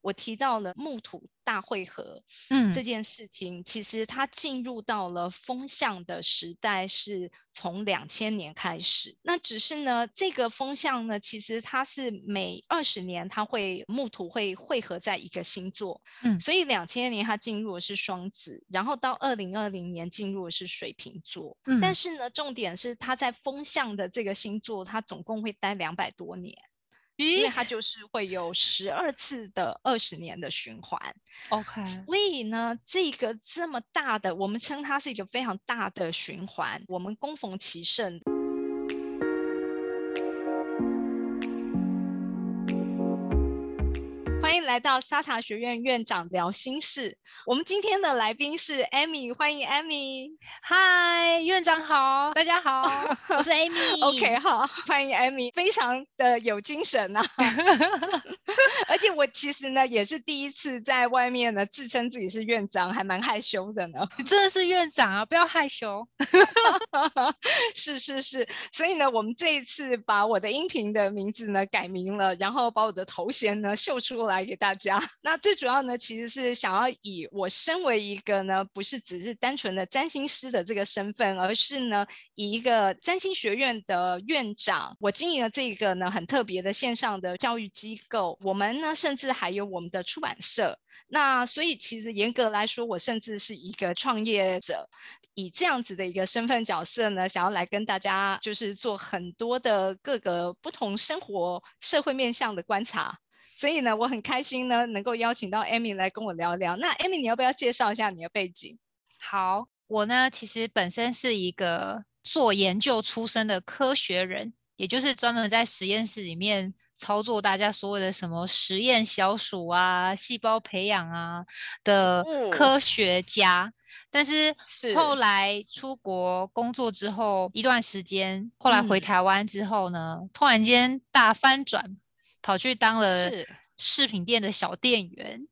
我提到了木土大汇合这件事情，其实它进入到了风向的时代是从2000年开始。那只是呢，这个风向呢，其实它是每20年它会木土会汇合在一个星座，所以2000年它进入的是双子，然后到2020年进入的是水瓶座。但是呢，重点是它在风向的这个星座，它总共会待200多年。因为它就是会有12次的20年的循环。 OK， 所以呢，这个这么大的，我们称它是一个非常大的循环，我们恭逢其盛。欢迎来到沙塔学院院长聊心事。我们今天的来宾是 Amy， 欢迎 Amy。 嗨，院长好，大家好，我是 Amy。 OK， 好，欢迎 Amy， 非常的有精神啊。而且我其实呢也是第一次在外面呢自称自己是院长，还蛮害羞的呢。 你真的是院长啊，不要害羞。 是是是，所以呢，我们这一次把我的音频的名字呢改名了，然后把我的头衔呢秀出来给大家。那最主要呢，其实是想要以我身为一个呢，不是只是单纯的占星师的这个身份，而是呢，以一个占星学院的院长，我经营了这个呢很特别的线上的教育机构。我们呢，甚至还有我们的出版社。那所以其实严格来说，我甚至是一个创业者，以这样子的一个身份角色呢，想要来跟大家就是做很多的各个不同生活社会面向的观察。所以呢，我很开心呢，能够邀请到 Amy 来跟我聊聊。那 Amy， 你要不要介绍一下你的背景？ 好，我呢其实本身是一个做研究出身的科学人，也就是专门在实验室里面操作大家所谓的什么实验小鼠啊、细胞培养啊的科学家。但是后来出国工作之后一段时间，后来回台湾之后呢，突然间大翻转，跑去当了饰品店的小店员。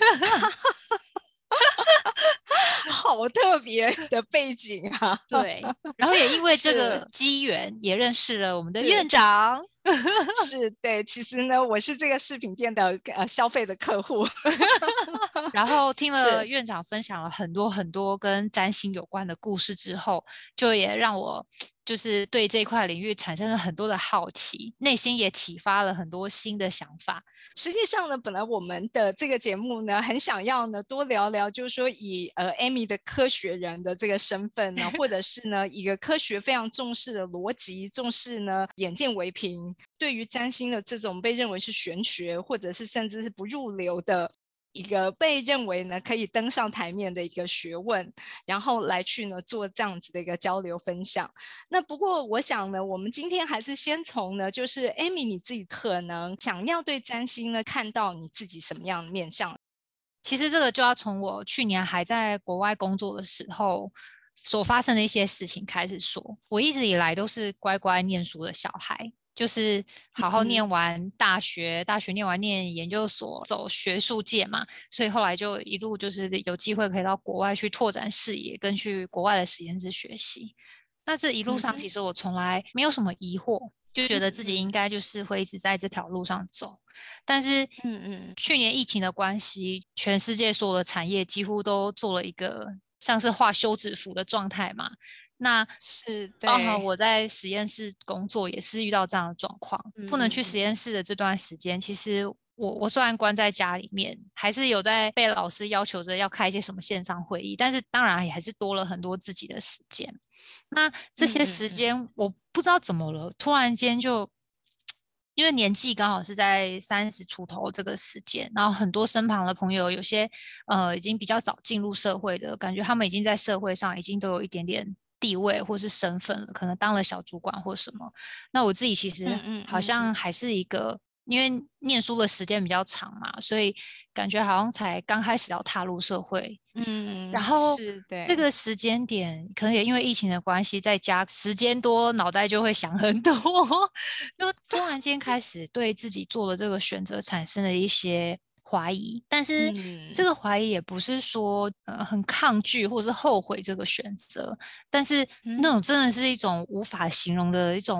好特别的背景啊！ 对，然后也因为这个机缘，也认识了我们的院长。 是，对，其实呢，我是这个饰品店的消费的客户。 然后听了院长分享了很多很多跟占星有关的故事之后，就也让我就是对这块领域产生了很多的好奇，内心也启发了很多新的想法。 实际上呢，本来我们的这个节目呢，很想要呢多聊聊，就是说以Amy 的科学人的这个身份呢，或者是呢一个科学非常重视的逻辑，重视呢眼见为凭，对于占星的这种被认为是玄学，或者是甚至是不入流的一个被认为呢可以登上台面的一个学问，然后来去呢做这样子的一个交流分享。那不过我想呢，我们今天还是先从呢，就是 Amy 你自己可能想要对占星呢看到你自己什么样的面向？ 其实这个就要从我去年还在国外工作的时候所发生的一些事情开始说。我一直以来都是乖乖念书的小孩，就是好好念完大学，大学念完念研究所，走学术界嘛，所以后来就一路就是有机会可以到国外去拓展视野，跟去国外的实验室学习。那这一路上其实我从来没有什么疑惑，就觉得自己应该就是会一直在这条路上走。但是去年疫情的关系，全世界所有的产业几乎都做了一个像是画休止符的状态嘛。那是包含我在实验室工作也是遇到这样的状况，不能去实验室的这段时间，其实我虽然关在家里面，还是有在被老师要求着要开一些什么线上会议，但是当然也还是多了很多自己的时间。那这些时间我不知道怎么了，突然间就因为年纪刚好是在30出头这个时间，然后很多身旁的朋友有些已经比较早进入社会的，感觉他们已经在社会上已经都有一点点地位或是身份了，可能当了小主管或什么。那我自己其实好像还是一个，因为念书的时间比较长嘛，所以感觉好像才刚开始要踏入社会。然后这个时间点可能也因为疫情的关系，在家时间多，脑袋就会想很多，就突然间开始对自己做的这个选择产生了一些怀疑。但是这个怀疑也不是说很抗拒或是后悔这个选择，但是那种真的是一种无法形容的一种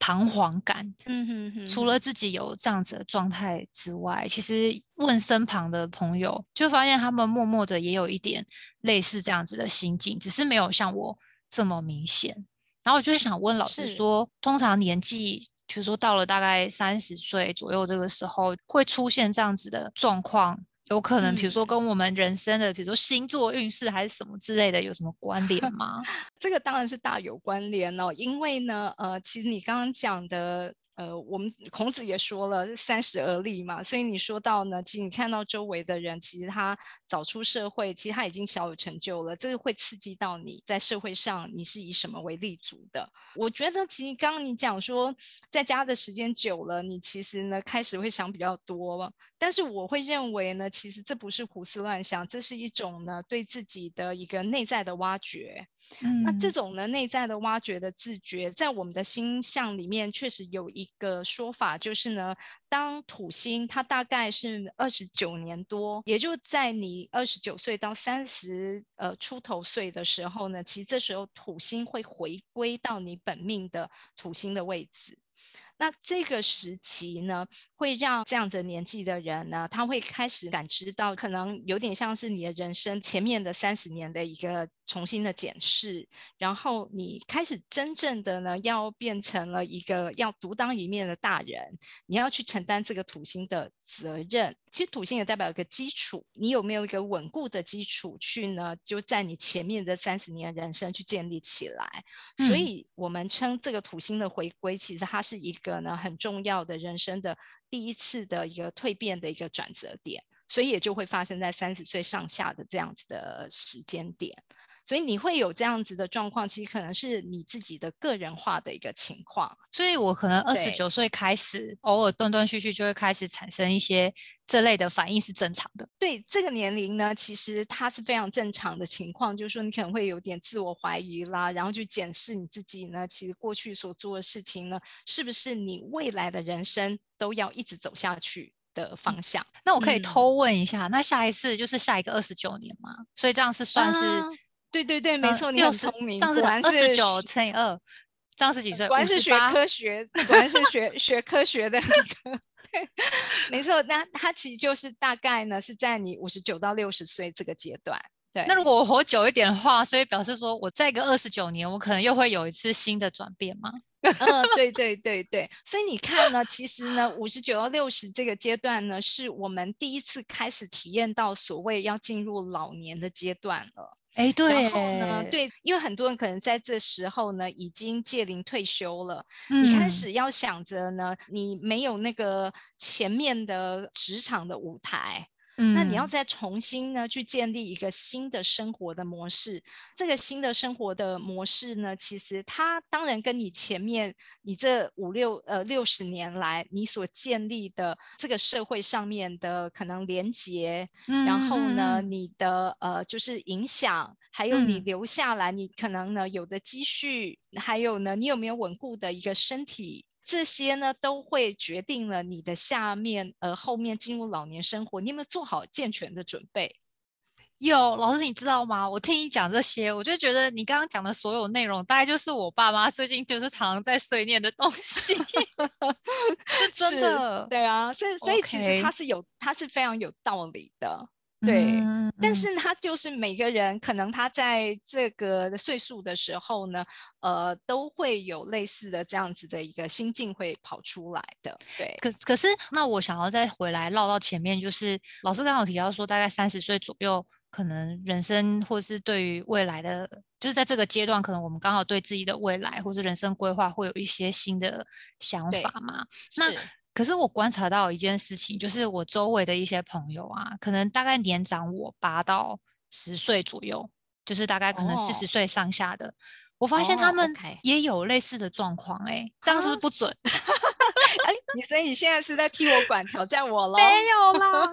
彷徨感。除了哼， 自己有这样子的状态之外，其实问身旁的朋友，就发现他们默默的也有一点类似这样子的心境，只是没有像我这么明显。然后我就是想问老师是。 说，通常年纪，比如说到了大概30岁左右这个时候，会出现这样子的状况，有可能比如说跟我们人生的，比如说星座运势还是什么之类的，有什么关联吗？ 这个当然是大有关联哦，因为呢，其实你刚刚讲的，我们孔子也说了30而立嘛，所以你说到呢，其实你看到周围的人，其实他早出社会，其实他已经小有成就了，这个会刺激到你在社会上你是以什么为立足的。我觉得其实刚刚你讲说在家的时间久了，你其实呢开始会想比较多，但是我会认为呢，其实这不是胡思乱想，这是一种呢对自己的一个内在的挖掘。那这种呢内在的挖掘的自觉，在我们的星象里面确实有一个说法，就是呢，当土星它大概是29年多，也就在你29岁到30出头岁的时候呢，其实这时候土星会回归到你本命的土星的位置。那这个时期呢，会让这样的年纪的人呢，他会开始感知到，可能有点像是你的人生前面的30年的一个重新的检视，然后你开始真正的呢，要变成了一个要独当一面的大人，你要去承担这个土星的责任。其实土星也代表一个基础，你有没有一个稳固的基础去呢，就在你前面的30年人生去建立起来。所以我们称这个土星的回归，其实它是一个呢很重要的人生的第一次的一个蜕变的一个转折点，所以也就会发生在30岁上下的这样子的时间点。所以你会有这样子的状况，其实可能是你自己的个人化的一个情况。 所以我可能29岁开始，偶尔断断续续就会开始产生一些这类的反应，是正常的。 对这个年龄呢，其实它是非常正常的情况，就是说你可能会有点自我怀疑啦，然后去检视你自己呢，其实过去所做的事情呢，是不是你未来的人生都要一直走下去的方向。 那我可以偷问一下，那下一次就是下一个29年吗？所以这样是算是对对对，没错，你很 60， 聪明， 这样是29乘以2，这样是几岁果然是学 ？58。 科学，果然是学科学的一个，对，没错。那它其实就是大概呢是在你59到60岁这个阶段。对， 那如果我活久一点的话，所以表示说我再个29年，我可能又会有一次新的转变吗？ 对对对对，所以你看呢，其实呢，59到60这个阶段呢，是我们第一次开始体验到所谓要进入老年的阶段了。 哎， 然对后呢， 耶， 对，因为很多人可能在这时候呢已经届龄退休了，你开嗯始要想着呢，你没有那个前面的职场的舞台。那你要嗯再重新呢去建立一个新的生活的模式，这个新的生活的模式呢，其实它当然跟你前面你这60年来你所建立的这个社会上面的可能连结，然嗯后呢， 嗯你的就是影响，还有你嗯， 留下来，你可能呢有的积蓄，还有呢你有没有稳固的一个身体，这些呢都会决定了你的下面后面进入老年生活，你有没有做好健全的准备？ 有老师你知道吗？我听你讲这些，我就觉得你刚刚讲的所有内容，大概就是我爸妈最近就是常常在碎念的东西，是真是， 的。 对啊，所以其实 OK， 它是非常有道理的。对，但嗯嗯。 是他就是每个人可能他在这个岁数的时候呢，都会有类似的这样子的一个心境会跑出来的。对， 可是，那我想要再回来绕到前面，就是老师刚好提到说，大概30岁左右，可能人生或是对于未来的，就是在这个阶段，可能我们刚好对自己的未来或是人生规划会有一些新的想法对， 嘛。那是可是我观察到一件事情，就是我周围的一些朋友啊，可能大概年长我8到10岁左右，就是大概可能40 哦岁上下的，我发现他哦们 ，OK， 也有类似的状况，这样是不是哈， 不准？ 哎，所以你现在是在踢我馆挑战我没喽？ 有啦，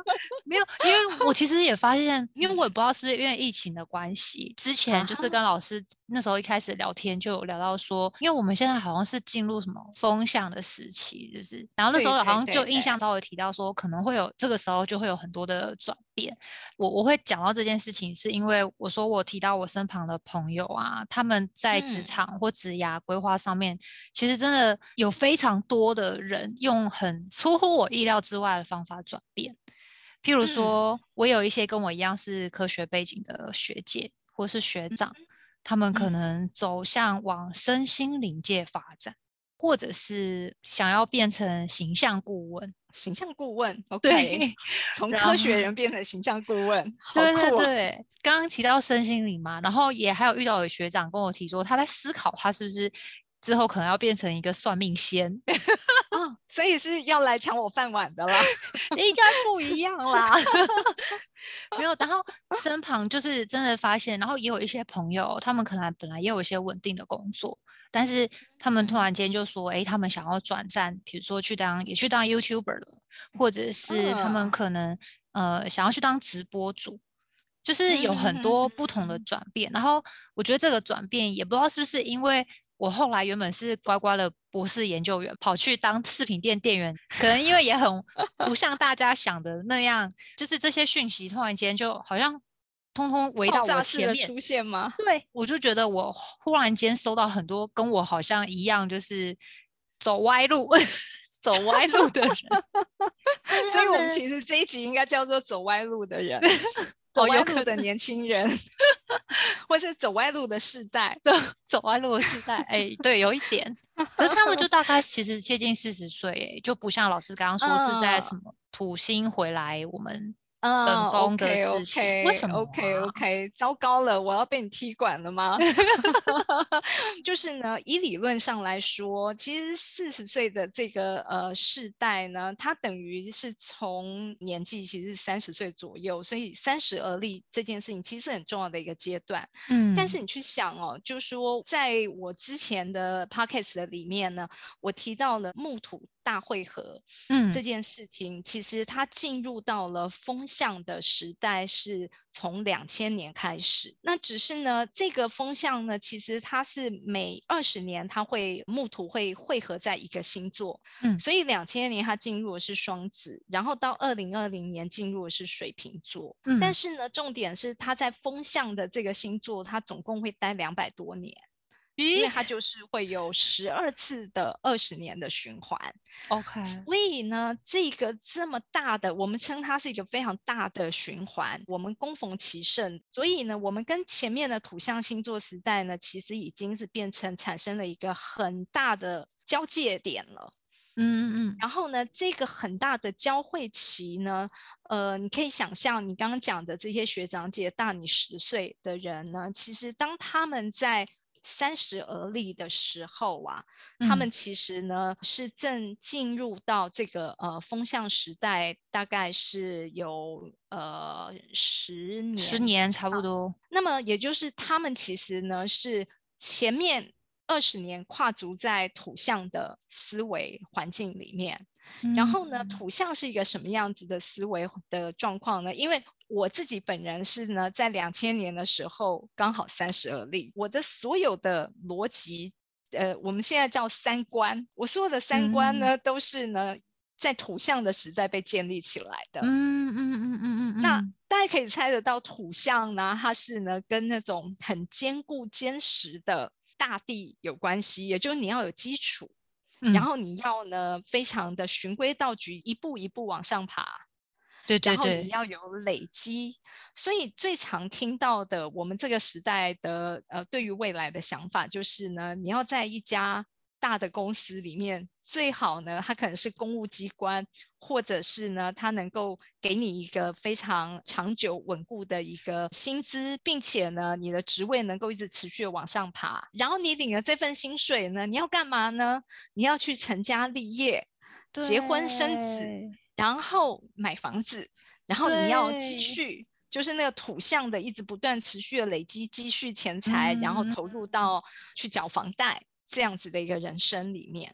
没有，因为我其实也发现，因为我也不知道是不是因为疫情的关系，之前就是跟老师那时候一开始聊天就有聊到说，因为我们现在好像是进入什么风向的时期，就是然后那时候好像就印象稍微提到说，可能会有这个时候就会有很多的转变。我会讲到这件事情，是因为我说我提到我身旁的朋友啊，他们在职场或职涯规划上面，其实真的有非常多的人用很出乎我意料之外的方法转变。譬如说，我有一些跟我一样是科学背景的学姐或是学长，他们可能走向往身心灵界发展，或者是想要变成形象顾问。 形象顾问 ，OK， 对， 从科学人变成形象顾问，好酷对对对，刚刚提到身心灵嘛，然后也还有遇到有学长跟我提说，他在思考他是不是之后可能要变成一个算命仙。 哦，所以是要来抢我饭碗的啦。 应该不一样啦。没有，然后身旁就是真的发现，然后也有一些朋友，他们可能本来也有一些稳定的工作，但是他们突然间就说，他们想要转战，比如说去当 YouTuber 了，或者是他们可能想要去当直播主。就是有很多不同的转变，然后我觉得这个转变也不知道是不是因为我后来原本是乖乖的博士研究员，跑去当饰品店店员，可能因为也很不像大家想的那样，就是这些讯息突然间就好像通通围到我前面出现吗？ 对，我就觉得我忽然间收到很多跟我好像一样，就是走歪路。走歪路的人， 所以我们其实这一集应该叫做走歪路的人。走歪路的年轻人，或是走歪路的世代， 走歪路的世代，对，有一点。可是他们就大概其实接近40岁，就不像老师刚刚说是在什么土星回来我们本宫的事情。为什么 ？OK，糟糕了，我要被你踢馆了吗？就是呢，以理论上来说，其实40岁的这个世代呢，它等于是从年纪其实是30岁左右，所以30而立这件事情其实是很重要的一个阶段。但是你去想哦，就是说在我之前的 podcast 的里面呢，我提到了木土大会合这件事情，其实它进入到了风向的时代是从2000年开始。那只是呢，这个风向呢，其实它是每20年它会木土会汇合在一个星座，所以2000年它进入的是双子，然后到2020年进入的是水瓶座。但是呢，重点是它在风向的这个星座，它总共会待200多年。因为它就是会有12次的20年的循环。 OK， 所以呢，这个这么大的，我们称它是一个非常大的循环，我们恭逢其盛。所以呢，我们跟前面的土象星座时代呢，其实已经是变成产生了一个很大的交界点了。然后呢，这个很大的交汇期呢，你可以想象你刚刚讲的这些学长姐大你10岁的人呢，其实当他们在30而立的时候啊，他们其实呢是正进入到这个风向时代，大概是有10 年差不多。 那么也就是他们其实呢是前面20年跨足在土象的思维环境里面。然后呢，土象是一个什么样子的思维的状况呢？因为我自己本人是呢，在2000年的时候刚好30而立，我的所有的逻辑，我们现在叫三观，我所有的三观呢，都是呢在土象的时代被建立起来的。那大家可以猜得到，土象呢，它是呢跟那种很坚固坚实的大地有关系，也就是你要有基础。然后你要呢非常的循规蹈矩，一步一步往上爬。 对对对， 然后你要有累积。所以最常听到的我们这个时代的对于未来的想法就是呢，你要在一家大的公司里面，最好呢它可能是公务机关，或者是呢它能够给你一个非常长久稳固的一个薪资，并且呢你的职位能够一直持续的往上爬。然后你领了这份薪水呢，你要干嘛呢？你要去成家立业，结婚生子，然后买房子，然后你要继续就是那个土象的一直不断持续的累积积蓄钱财，然后投入到去缴房贷这样子的一个人生里面。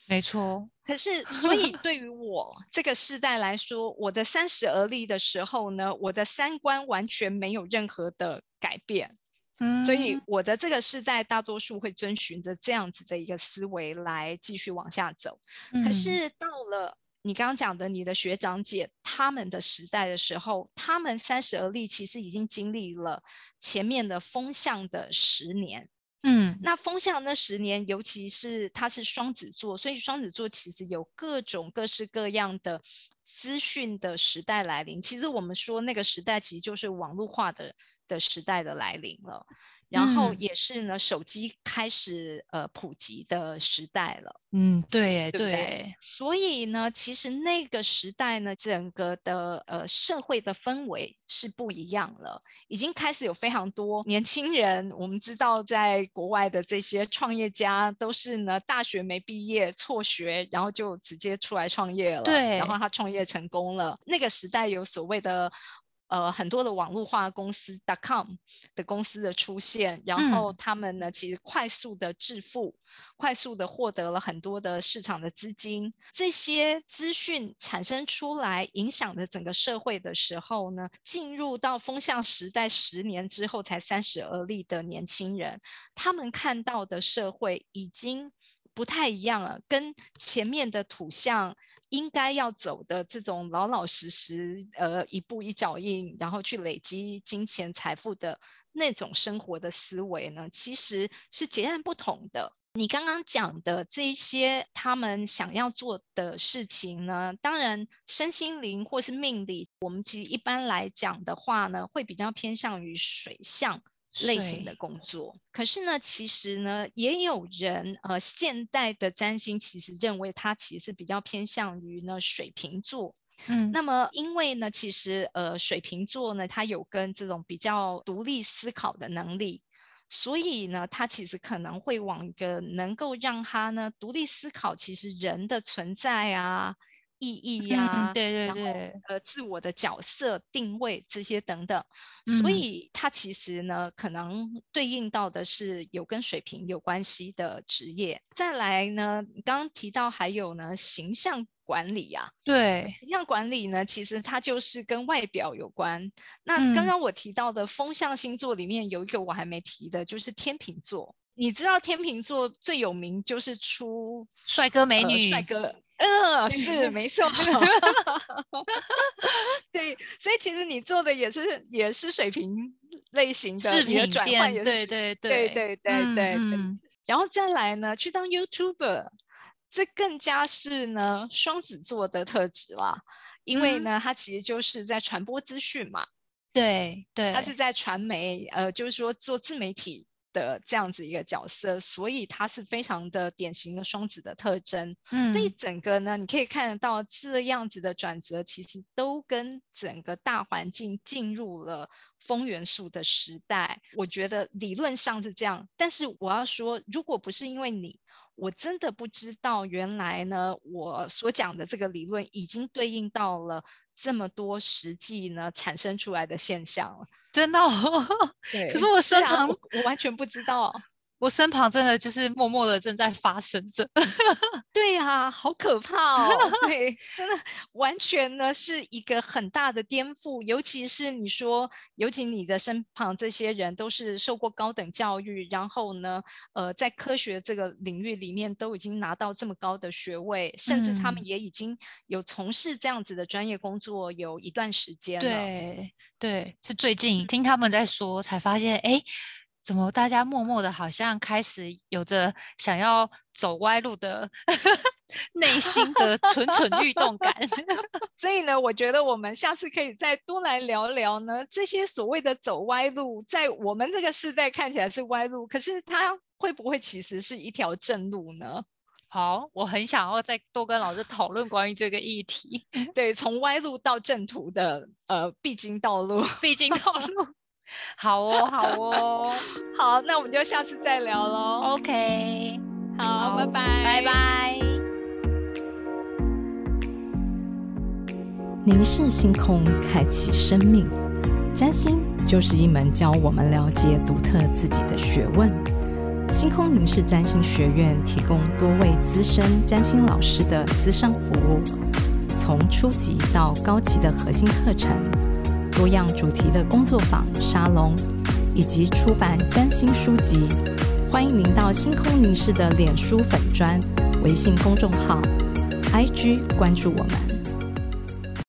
没错。 可是所以对于我这个世代来说，我的30而立的时候呢，我的三观完全没有任何的改变。所以我的这个世代大多数会遵循着这样子的一个思维来继续往下走。可是到了你刚刚讲的你的学长姐他们的时代的时候，他们30而立其实已经经历了前面的风向的10年。那风向那10年，尤其是它是双子座，所以双子座其实有各种各式各样的资讯的时代来临。其实我们说那个时代其实就是网络化的时代的来临了，然后也是呢手机开始普及的时代了。 对， 对不对？所以呢其实那个时代呢整个的社会的氛围是不一样了，已经开始有非常多年轻人，我们知道在国外的这些创业家都是呢大学没毕业辍学，然后就直接出来创业了。 对， 然后他创业成功了。那个时代有所谓的很多的网络化公司 .com 的公司的出现，然后他们呢其实快速的致富，快速的获得了很多的市场的资金。这些资讯产生出来影响的整个社会的时候呢，进入到风向时代10年之后才30而立的年轻人，他们看到的社会已经不太一样了，跟前面的土象应该要走的这种老老实实一步一脚印，然后去累积金钱财富的那种生活的思维呢，其实是截然不同的。你刚刚讲的这些他们想要做的事情呢，当然身心灵或是命理，我们其实一般来讲的话呢，会比较偏向于水象类型的工作。可是呢其实呢也有人现代的占星其实认为它其实比较偏向于呢水瓶座。那么因为呢其实水瓶座呢它有跟这种比较独立思考的能力，所以呢他其实可能会往一个能够让他呢独立思考其实人的存在啊意义呀， 对， 然后自我的角色定位这些等等。所以它其实呢可能对应到的是有跟水瓶有关系的职业。再来呢刚刚提到还有呢形象管理啊， 对， 形象管理呢其实它就是跟外表有关。那刚刚我提到的风象星座里面有一个我还没提的，就是天秤座。你知道天秤座最有名就是出帅哥美女， 帅哥，是没错。对，所以其实你做的也是水瓶类型的， 饰品转换也是对， 然后再来呢去当 YouTuber， 这更加是呢双子座的特质啦。因为呢它其实就是在传播资讯嘛， 对， 它是在传媒就是说做自媒体的这样子一个角色，所以它是非常的典型的双子的特征。所以整个呢你可以看得到这样子的转折其实都跟整个大环境进入了风元素的时代。我觉得理论上是这样，但是我要说如果不是因为你，我真的不知道原来呢我所讲的这个理论已经对应到了这么多实际呢产生出来的现象了。 真的对， 可是我身旁我完全不知道， 我身旁真的就是默默的正在发生着。 对啊，好可怕哦。对，真的完全呢是一个很大的颠覆。尤其是你说，尤其你的身旁这些人都是受过高等教育，然后呢在科学这个领域里面都已经拿到这么高的学位，甚至他们也已经有从事这样子的专业工作有一段时间了。 对，是最近听他们在说才发现，怎么大家默默的好像开始有着想要走歪路的内心的蠢蠢欲动感。 所以呢我觉得我们下次可以再多来聊聊呢这些所谓的走歪路，在我们这个世代看起来是歪路，可是它会不会其实是一条正路呢？ 好，我很想要再多跟老师讨论关于这个议题。 对，从歪路到正途的必经道路。 必经道路。好哦， 好，那我们就下次再聊咯。 OK， 好，拜拜， 拜拜。 凝视星空，开启生命。占星就是一门教我们了解独特自己的学问。 星空凝视占星学院提供多位资深占星老师的咨商服务，从初级到高级的核心课程，多样主题的工作坊、沙龙，以及出版占星书籍。欢迎您到星空凝视的脸书粉专、微信公众号、IG 关注我们。